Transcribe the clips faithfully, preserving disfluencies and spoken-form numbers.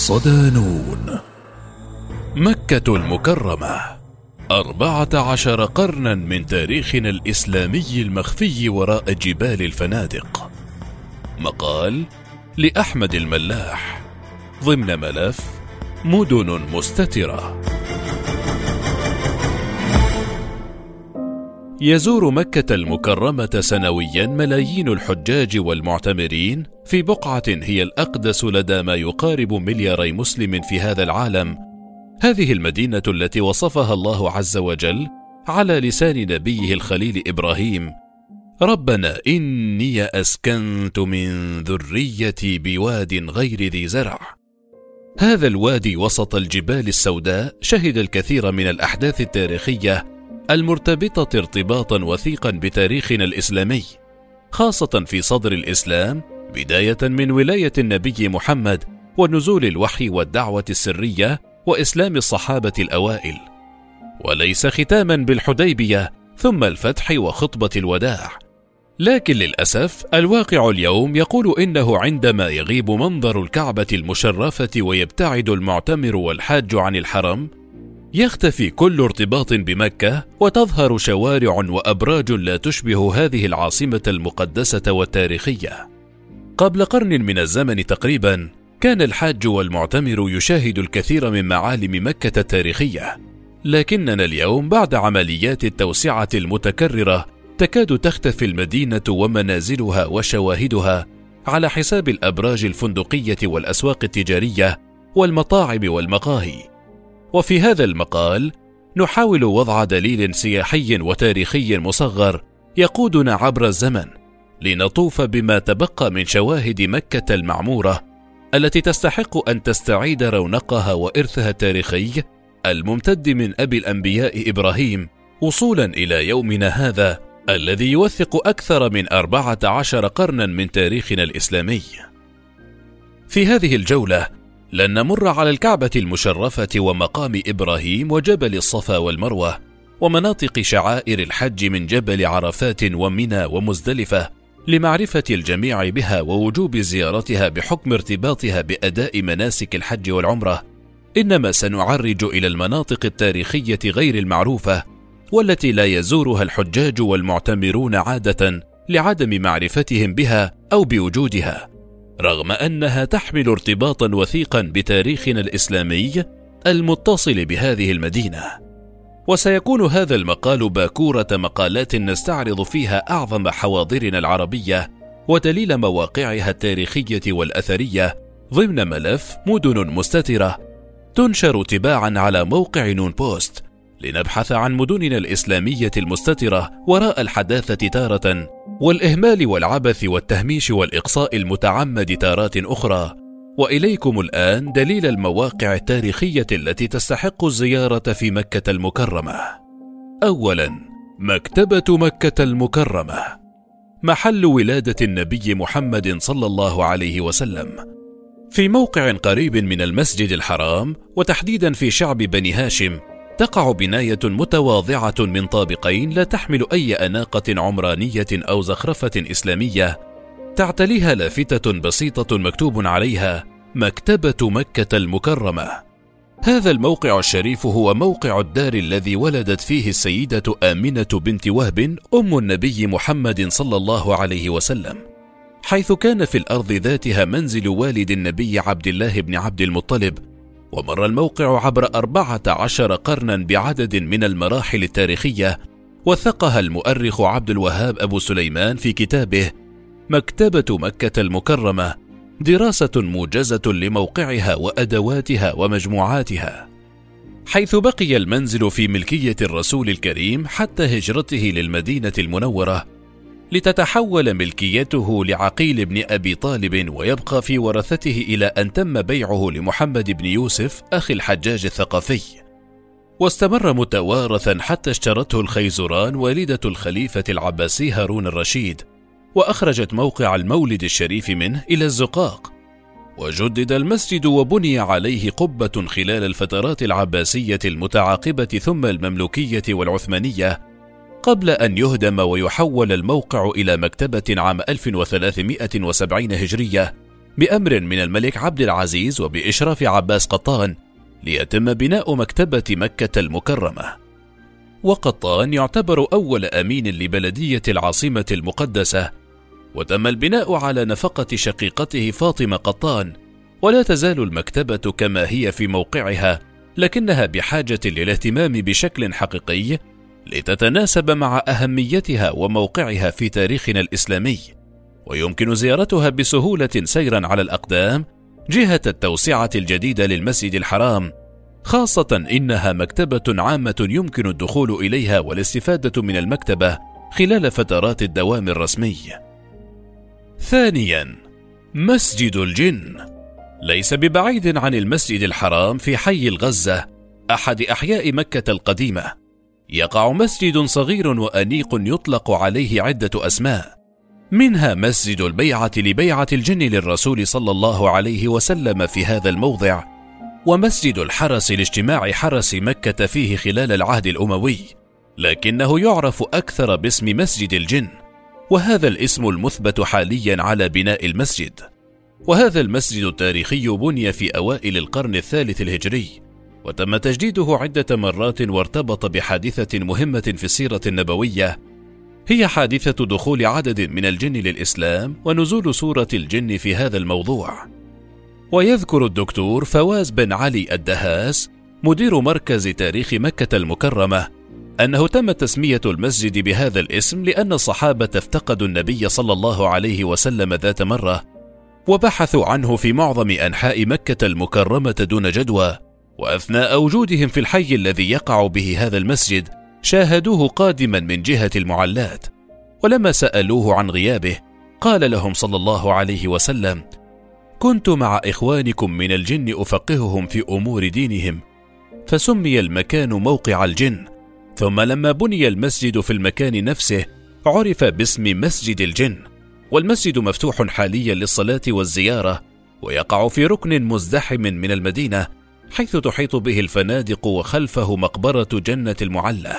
صدانون. مكة المكرمة، أربعة عشر قرنا من تاريخنا الإسلامي المخفي وراء جبال الفنادق. مقال لأحمد الملاح ضمن ملف مدن مستترة. يزور مكة المكرمة سنويا ملايين الحجاج والمعتمرين في بقعة هي الأقدس لدى ما يقارب ملياري مسلم في هذا العالم. هذه المدينة التي وصفها الله عز وجل على لسان نبيه الخليل إبراهيم: ربنا إني أسكنت من ذريتي بواد غير ذي زرع. هذا الوادي وسط الجبال السوداء شهد الكثير من الأحداث التاريخية المرتبطة ارتباطا وثيقا بتاريخنا الإسلامي، خاصة في صدر الإسلام، بداية من ولاية النبي محمد ونزول الوحي والدعوة السرية وإسلام الصحابة الأوائل، وليس ختاما بالحديبية ثم الفتح وخطبة الوداع. لكن للأسف الواقع اليوم يقول إنه عندما يغيب منظر الكعبة المشرفة ويبتعد المعتمر والحاج عن الحرم، يختفي كل ارتباط بمكة وتظهر شوارع وأبراج لا تشبه هذه العاصمة المقدسة والتاريخية. قبل قرن من الزمن تقريبا كان الحاج والمعتمر يشاهد الكثير من معالم مكة التاريخية، لكننا اليوم بعد عمليات التوسعة المتكررة تكاد تختفي المدينة ومنازلها وشواهدها على حساب الأبراج الفندقية والأسواق التجارية والمطاعم والمقاهي. وفي هذا المقال نحاول وضع دليل سياحي وتاريخي مصغر يقودنا عبر الزمن لنطوف بما تبقى من شواهد مكة المعمورة التي تستحق أن تستعيد رونقها وإرثها التاريخي الممتد من أبي الأنبياء إبراهيم وصولا إلى يومنا هذا الذي يوثق أكثر من أربعة عشر قرنا من تاريخنا الإسلامي. في هذه الجولة لن نمر على الكعبة المشرفة ومقام إبراهيم وجبل الصفا والمروة ومناطق شعائر الحج من جبل عرفات ومنى ومزدلفة لمعرفة الجميع بها ووجوب زيارتها بحكم ارتباطها بأداء مناسك الحج والعمرة، إنما سنعرج إلى المناطق التاريخية غير المعروفة والتي لا يزورها الحجاج والمعتمرون عادة لعدم معرفتهم بها أو بوجودها، رغم أنها تحمل ارتباطا وثيقا بتاريخنا الإسلامي المتصل بهذه المدينة. وسيكون هذا المقال باكورة مقالات نستعرض فيها أعظم حواضرنا العربية ودليل مواقعها التاريخية والأثرية ضمن ملف مدن مستترة تنشر تباعا على موقع نون بوست، لنبحث عن مدننا الإسلامية المستترة وراء الحداثة تارة والإهمال والعبث والتهميش والإقصاء المتعمد تارات أخرى. وإليكم الآن دليل المواقع التاريخية التي تستحق الزيارة في مكة المكرمة. أولا، مكتبة مكة المكرمة، محل ولادة النبي محمد صلى الله عليه وسلم، في موقع قريب من المسجد الحرام وتحديدا في شعب بني هاشم. تقع بناية متواضعة من طابقين لا تحمل أي أناقة عمرانية أو زخرفة إسلامية، تعتليها لافتة بسيطة مكتوب عليها مكتبة مكة المكرمة. هذا الموقع الشريف هو موقع الدار الذي ولدت فيه السيدة آمنة بنت وهب أم النبي محمد صلى الله عليه وسلم، حيث كان في الأرض ذاتها منزل والد النبي عبد الله بن عبد المطلب. ومر الموقع عبر أربعة عشر قرنا بعدد من المراحل التاريخية وثقها المؤرخ عبد الوهاب أبو سليمان في كتابه مكتبة مكة المكرمة، دراسة موجزة لموقعها وأدواتها ومجموعاتها، حيث بقي المنزل في ملكية الرسول الكريم حتى هجرته للمدينة المنورة، لتتحول ملكيته لعقيل بن أبي طالب ويبقى في ورثته إلى أن تم بيعه لمحمد بن يوسف أخي الحجاج الثقفي، واستمر متوارثا حتى اشترته الخيزران والدة الخليفة العباسي هارون الرشيد، وأخرجت موقع المولد الشريف منه إلى الزقاق. وجدد المسجد وبني عليه قبة خلال الفترات العباسية المتعاقبة ثم المملوكية والعثمانية، قبل أن يهدم ويحول الموقع إلى مكتبة عام ألف وثلاثمائة وسبعين هجرية بأمر من الملك عبد العزيز وبإشراف عباس قطان ليتم بناء مكتبة مكة المكرمة. وقطان يعتبر أول أمين لبلدية العاصمة المقدسة، وتم البناء على نفقة شقيقته فاطمة قطان، ولا تزال المكتبة كما هي في موقعها، لكنها بحاجة للاهتمام بشكل حقيقي لتتناسب مع أهميتها وموقعها في تاريخنا الإسلامي، ويمكن زيارتها بسهولة سيرا على الأقدام جهة التوسعة الجديدة للمسجد الحرام، خاصة إنها مكتبة عامة يمكن الدخول إليها والاستفادة من المكتبة خلال فترات الدوام الرسمي. ثانيا، مسجد الجن. ليس ببعيد عن المسجد الحرام في حي الغزة أحد أحياء مكة القديمة يقع مسجد صغير وأنيق يطلق عليه عدة أسماء، منها مسجد البيعة لبيعة الجن للرسول صلى الله عليه وسلم في هذا الموضع، ومسجد الحرس لاجتماع حرس مكة فيه خلال العهد الأموي، لكنه يعرف أكثر باسم مسجد الجن، وهذا الاسم المثبت حاليا على بناء المسجد. وهذا المسجد التاريخي بني في أوائل القرن الثالث الهجري، وتم تجديده عدة مرات وارتبط بحادثة مهمة في السيرة النبوية، هي حادثة دخول عدد من الجن للإسلام ونزول سورة الجن في هذا الموضوع. ويذكر الدكتور فواز بن علي الدهاس مدير مركز تاريخ مكة المكرمة أنه تم تسمية المسجد بهذا الاسم لأن الصحابة افتقدوا النبي صلى الله عليه وسلم ذات مرة، وبحثوا عنه في معظم أنحاء مكة المكرمة دون جدوى، وأثناء وجودهم في الحي الذي يقع به هذا المسجد شاهدوه قادما من جهة المعلات، ولما سألوه عن غيابه قال لهم صلى الله عليه وسلم: كنت مع إخوانكم من الجن أفقههم في أمور دينهم، فسمي المكان موقع الجن، ثم لما بني المسجد في المكان نفسه عرف باسم مسجد الجن. والمسجد مفتوح حاليا للصلاة والزيارة، ويقع في ركن مزدحم من المدينة حيث تحيط به الفنادق وخلفه مقبرة جنة المعلى.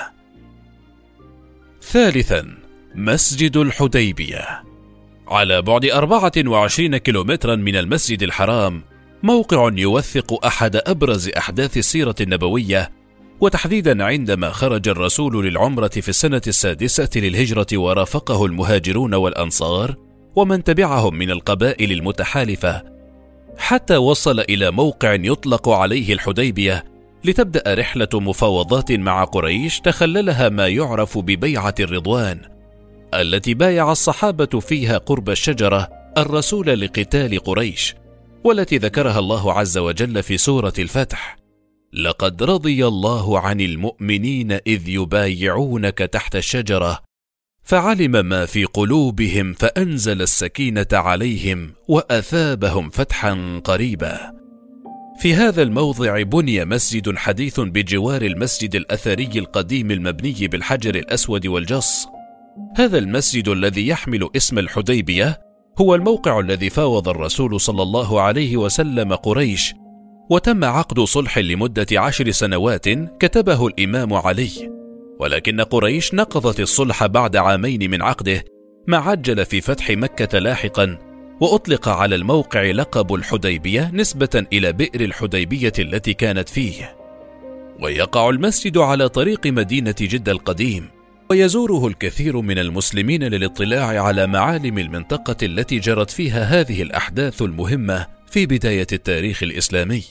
ثالثا، مسجد الحديبية. على بعد أربعة وعشرين كيلومترا من المسجد الحرام، موقع يوثق أحد أبرز أحداث السيرة النبوية، وتحديدا عندما خرج الرسول للعمرة في السنة السادسة للهجرة ورافقه المهاجرون والأنصار ومن تبعهم من القبائل المتحالفة، حتى وصل إلى موقع يطلق عليه الحديبية لتبدأ رحلة مفاوضات مع قريش تخللها ما يعرف ببيعة الرضوان، التي بايع الصحابة فيها قرب الشجرة الرسول لقتال قريش، والتي ذكرها الله عز وجل في سورة الفتح: لقد رضي الله عن المؤمنين إذ يبايعونك تحت الشجرة فعلم ما في قلوبهم فأنزل السكينة عليهم وأثابهم فتحا قريبا. في هذا الموضع بني مسجد حديث بجوار المسجد الأثري القديم المبني بالحجر الأسود والجص. هذا المسجد الذي يحمل اسم الحديبية هو الموقع الذي فاوض الرسول صلى الله عليه وسلم قريش، وتم عقد صلح لمدة عشر سنوات كتبه الإمام علي، ولكن قريش نقضت الصلح بعد عامين من عقده، ما عجل في فتح مكة لاحقا، وأطلق على الموقع لقب الحديبية نسبة إلى بئر الحديبية التي كانت فيه. ويقع المسجد على طريق مدينة جدة القديم، ويزوره الكثير من المسلمين للاطلاع على معالم المنطقة التي جرت فيها هذه الأحداث المهمة في بداية التاريخ الإسلامي.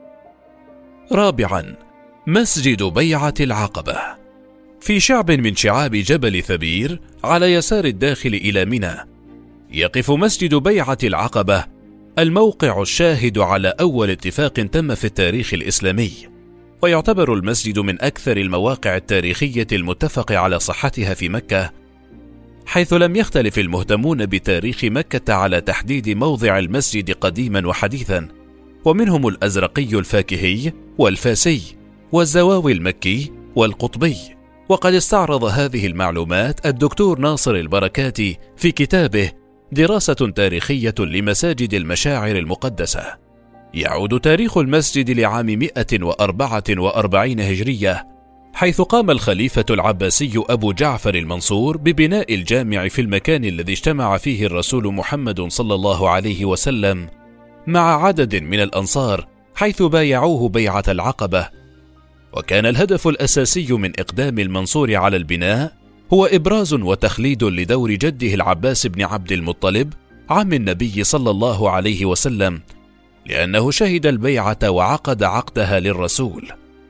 رابعا، مسجد بيعة العقبة. في شعب من شعاب جبل ثبير على يسار الداخل إلى منى، يقف مسجد بيعة العقبة، الموقع الشاهد على أول اتفاق تم في التاريخ الإسلامي، ويعتبر المسجد من أكثر المواقع التاريخية المتفق على صحتها في مكة، حيث لم يختلف المهتمون بتاريخ مكة على تحديد موضع المسجد قديما وحديثا، ومنهم الأزرقي الفاكهي والفاسي والزواوي المكي والقطبي. وقد استعرض هذه المعلومات الدكتور ناصر البركاتي في كتابه دراسة تاريخية لمساجد المشاعر المقدسة. يعود تاريخ المسجد لعام مئة وأربعة وأربعين هجرية، حيث قام الخليفة العباسي أبو جعفر المنصور ببناء الجامع في المكان الذي اجتمع فيه الرسول محمد صلى الله عليه وسلم مع عدد من الأنصار حيث بايعوه بيعة العقبة. وكان الهدف الأساسي من إقدام المنصور على البناء هو إبراز وتخليد لدور جده العباس بن عبد المطلب عم النبي صلى الله عليه وسلم، لأنه شهد البيعة وعقد عقدها للرسول.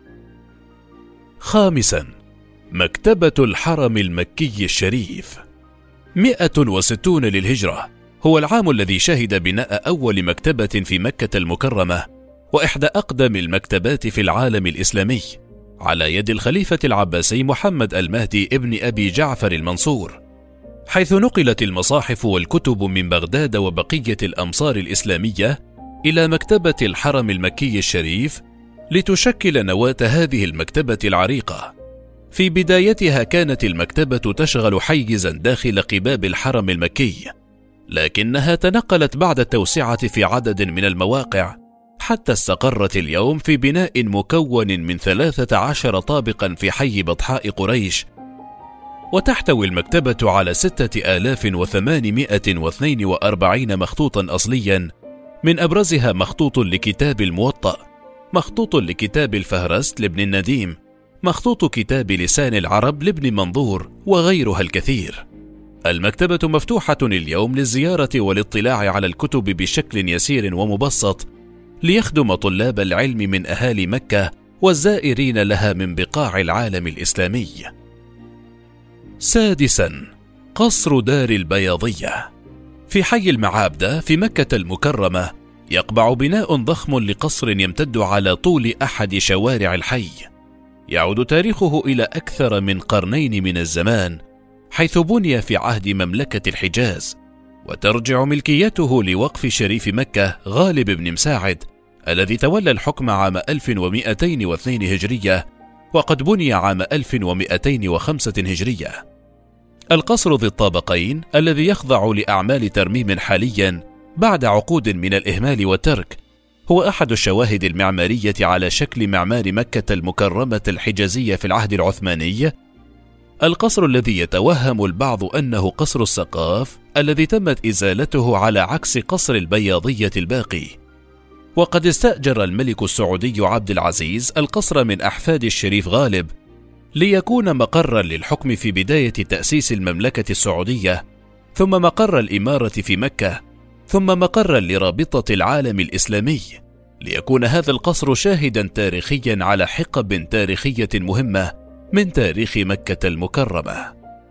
خامسا، مكتبة الحرم المكي الشريف. مئة وستون للهجرة هو العام الذي شهد بناء أول مكتبة في مكة المكرمة، وإحدى أقدم المكتبات في العالم الإسلامي، على يد الخليفة العباسي محمد المهدي ابن أبي جعفر المنصور، حيث نقلت المصاحف والكتب من بغداد وبقية الأمصار الإسلامية إلى مكتبة الحرم المكي الشريف لتشكل نواة هذه المكتبة العريقة. في بدايتها كانت المكتبة تشغل حيزا داخل قباب الحرم المكي، لكنها تنقلت بعد التوسعة في عدد من المواقع حتى استقرت اليوم في بناء مكون من ثلاثة عشر طابقا في حي بطحاء قريش. وتحتوي المكتبة على ستة آلاف وثمانمائة واثنين وأربعين مخطوطا أصليا، من أبرزها مخطوط لكتاب الموطأ، مخطوط لكتاب الفهرست لابن النديم، مخطوط كتاب لسان العرب لابن منظور، وغيرها الكثير. المكتبة مفتوحة اليوم للزيارة والاطلاع على الكتب بشكل يسير ومبسط، ليخدم طلاب العلم من أهالي مكة والزائرين لها من بقاع العالم الإسلامي. سادسا، قصر دار البياضية. في حي المعابدة في مكة المكرمة يقبع بناء ضخم لقصر يمتد على طول أحد شوارع الحي، يعود تاريخه إلى أكثر من قرنين من الزمان، حيث بني في عهد مملكة الحجاز، وترجع ملكيته لوقف شريف مكة غالب بن مساعد الذي تولى الحكم عام ألف ومئتين واثنين هجرية، وقد بني عام ألف ومئتين وخمسة هجرية. القصر ذي الطابقين الذي يخضع لأعمال ترميم حاليا بعد عقود من الإهمال والترك هو أحد الشواهد المعمارية على شكل معمار مكة المكرمة الحجازية في العهد العثماني، القصر الذي يتوهم البعض أنه قصر السقاف الذي تمت إزالته على عكس قصر البياضية الباقي. وقد استأجر الملك السعودي عبد العزيز القصر من أحفاد الشريف غالب ليكون مقرا للحكم في بداية تأسيس المملكة السعودية، ثم مقر الإمارة في مكة، ثم مقرا لرابطة العالم الإسلامي، ليكون هذا القصر شاهدا تاريخيا على حقب تاريخية مهمة من تاريخ مكة المكرمة.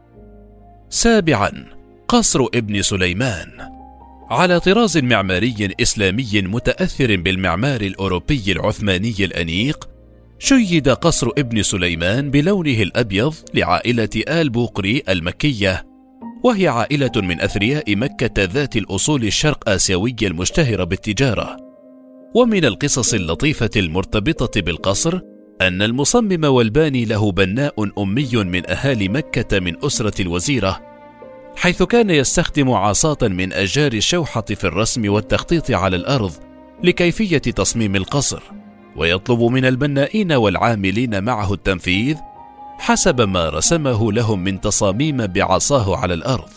سابعا، قصر ابن سليمان. على طراز معماري إسلامي متأثر بالمعمار الأوروبي العثماني الأنيق، شيد قصر ابن سليمان بلونه الأبيض لعائلة آل بوقري المكية، وهي عائلة من أثرياء مكة ذات الأصول الشرق آسيوية المشتهرة بالتجارة. ومن القصص اللطيفة المرتبطة بالقصر أن المصمم والباني له بناء أمي من أهالي مكة من أسرة الوزيرة، حيث كان يستخدم عصاة من أشجار الشوحة في الرسم والتخطيط على الأرض لكيفية تصميم القصر، ويطلب من البنائين والعاملين معه التنفيذ حسب ما رسمه لهم من تصاميم بعصاه على الأرض.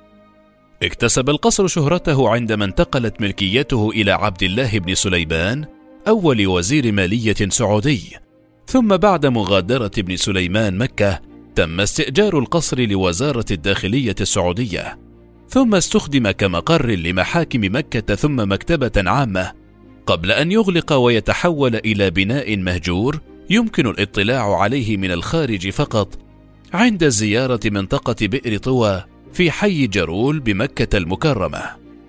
اكتسب القصر شهرته عندما انتقلت ملكيته إلى عبد الله بن سليمان أول وزير مالية سعودي، ثم بعد مغادرة ابن سليمان مكة تم استئجار القصر لوزارة الداخلية السعودية، ثم استخدم كمقر لمحاكم مكة ثم مكتبة عامة، قبل أن يغلق ويتحول إلى بناء مهجور يمكن الاطلاع عليه من الخارج فقط عند زيارة منطقة بئر طوى في حي جرول بمكة المكرمة.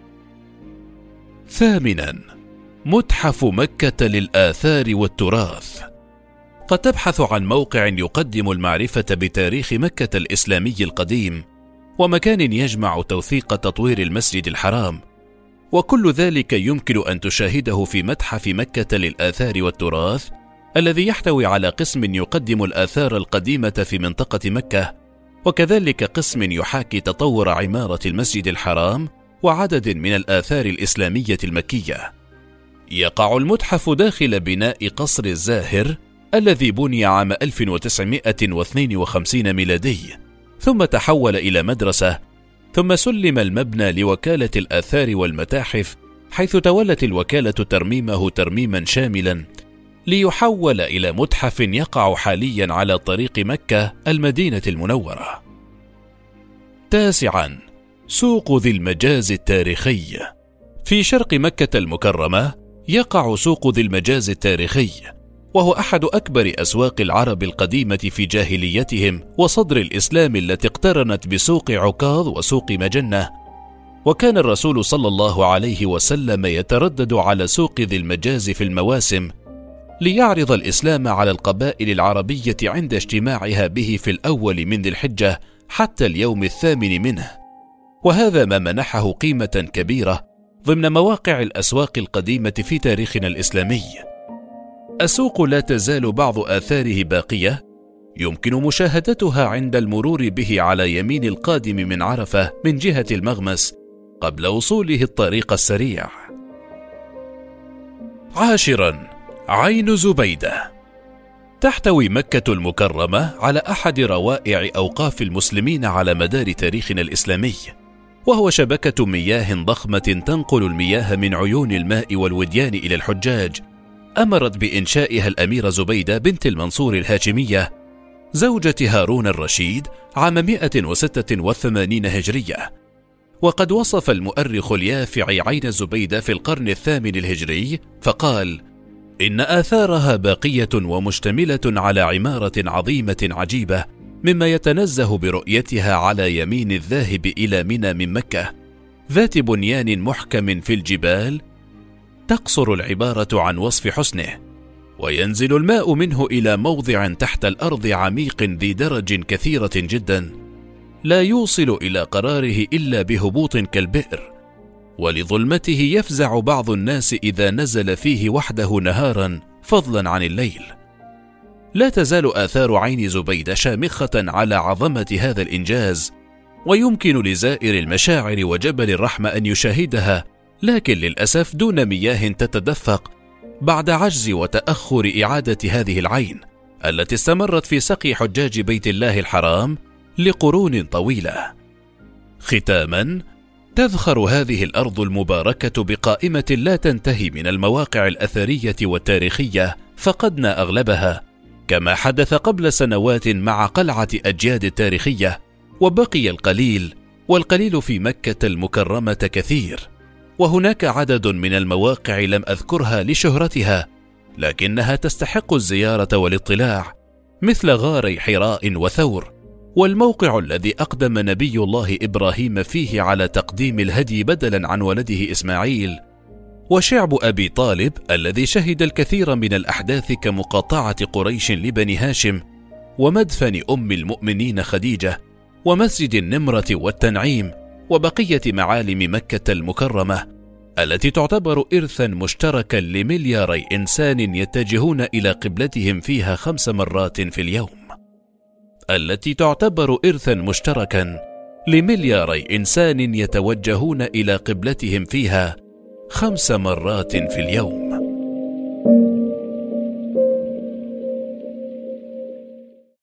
ثامنا، متحف مكة للآثار والتراث. قد تبحث عن موقع يقدم المعرفة بتاريخ مكة الإسلامي القديم، ومكان يجمع توثيق تطوير المسجد الحرام، وكل ذلك يمكن أن تشاهده في متحف مكة للآثار والتراث الذي يحتوي على قسم يقدم الآثار القديمة في منطقة مكة، وكذلك قسم يحاكي تطور عمارة المسجد الحرام وعدد من الآثار الإسلامية المكية. يقع المتحف داخل بناء قصر الزاهر الذي بني عام ألف وتسعمائة واثنين وخمسين ميلادي، ثم تحول إلى مدرسة، ثم سلم المبنى لوكالة الآثار والمتاحف حيث تولت الوكالة ترميمه ترميما شاملا ليحول إلى متحف يقع حاليا على طريق مكة المدينة المنورة. تاسعا، سوق ذي المجاز التاريخي. في شرق مكة المكرمة يقع سوق ذي المجاز التاريخي، وهو أحد أكبر أسواق العرب القديمة في جاهليتهم وصدر الإسلام التي اقترنت بسوق عكاظ وسوق مجنة. وكان الرسول صلى الله عليه وسلم يتردد على سوق ذي المجاز في المواسم ليعرض الإسلام على القبائل العربية عند اجتماعها به في الأول من ذي الحجة حتى اليوم الثامن منه، وهذا ما منحه قيمة كبيرة ضمن مواقع الأسواق القديمة في تاريخنا الإسلامي. السوق لا تزال بعض آثاره باقية يمكن مشاهدتها عند المرور به على يمين القادم من عرفة من جهة المغمس قبل وصوله الطريق السريع. عاشرا، عين زبيدة. تحتوي مكة المكرمة على أحد روائع أوقاف المسلمين على مدار تاريخنا الإسلامي، وهو شبكة مياه ضخمة تنقل المياه من عيون الماء والوديان إلى الحجاج، أمرت بإنشائها الأميرة زبيدة بنت المنصور الهاشمية زوجة هارون الرشيد عام مئة وستة وثمانين هجرية. وقد وصف المؤرخ اليافعي عين زبيدة في القرن الثامن الهجري فقال: إن آثارها باقية ومشتملة على عمارة عظيمة عجيبة، مما يتنزه برؤيتها على يمين الذاهب إلى منى من مكة، ذات بنيان محكم في الجبال تقصر العبارة عن وصف حسنه، وينزل الماء منه إلى موضع تحت الأرض عميق ذي درج كثيرة جدا، لا يوصل إلى قراره إلا بهبوط كالبئر، ولظلمته يفزع بعض الناس إذا نزل فيه وحده نهارا فضلا عن الليل. لا تزال آثار عين زبيدة شامخة على عظمة هذا الإنجاز، ويمكن لزائر المشاعر وجبل الرحمة أن يشاهدها، لكن للأسف دون مياه تتدفق بعد عجز وتأخر إعادة هذه العين التي استمرت في سقي حجاج بيت الله الحرام لقرون طويلة. ختاما، تذخر هذه الأرض المباركة بقائمة لا تنتهي من المواقع الأثرية والتاريخية، فقدنا أغلبها كما حدث قبل سنوات مع قلعة أجياد التاريخية، وبقي القليل، والقليل في مكة المكرمة كثير. وهناك عدد من المواقع لم أذكرها لشهرتها لكنها تستحق الزيارة والاطلاع، مثل غاري حراء وثور، والموقع الذي أقدم نبي الله إبراهيم فيه على تقديم الهدي بدلا عن ولده إسماعيل، وشعب أبي طالب الذي شهد الكثير من الأحداث كمقاطعة قريش لبني هاشم، ومدفن أم المؤمنين خديجة، ومسجد النمرة والتنعيم، وبقية معالم مكة المكرمة التي تعتبر إرثا مشتركا لملياري إنسان يتجهون إلى قبلتهم فيها خمس مرات في اليوم التي تعتبر إرثا مشتركا لملياري إنسان يتوجهون إلى قبلتهم فيها خمس مرات في اليوم.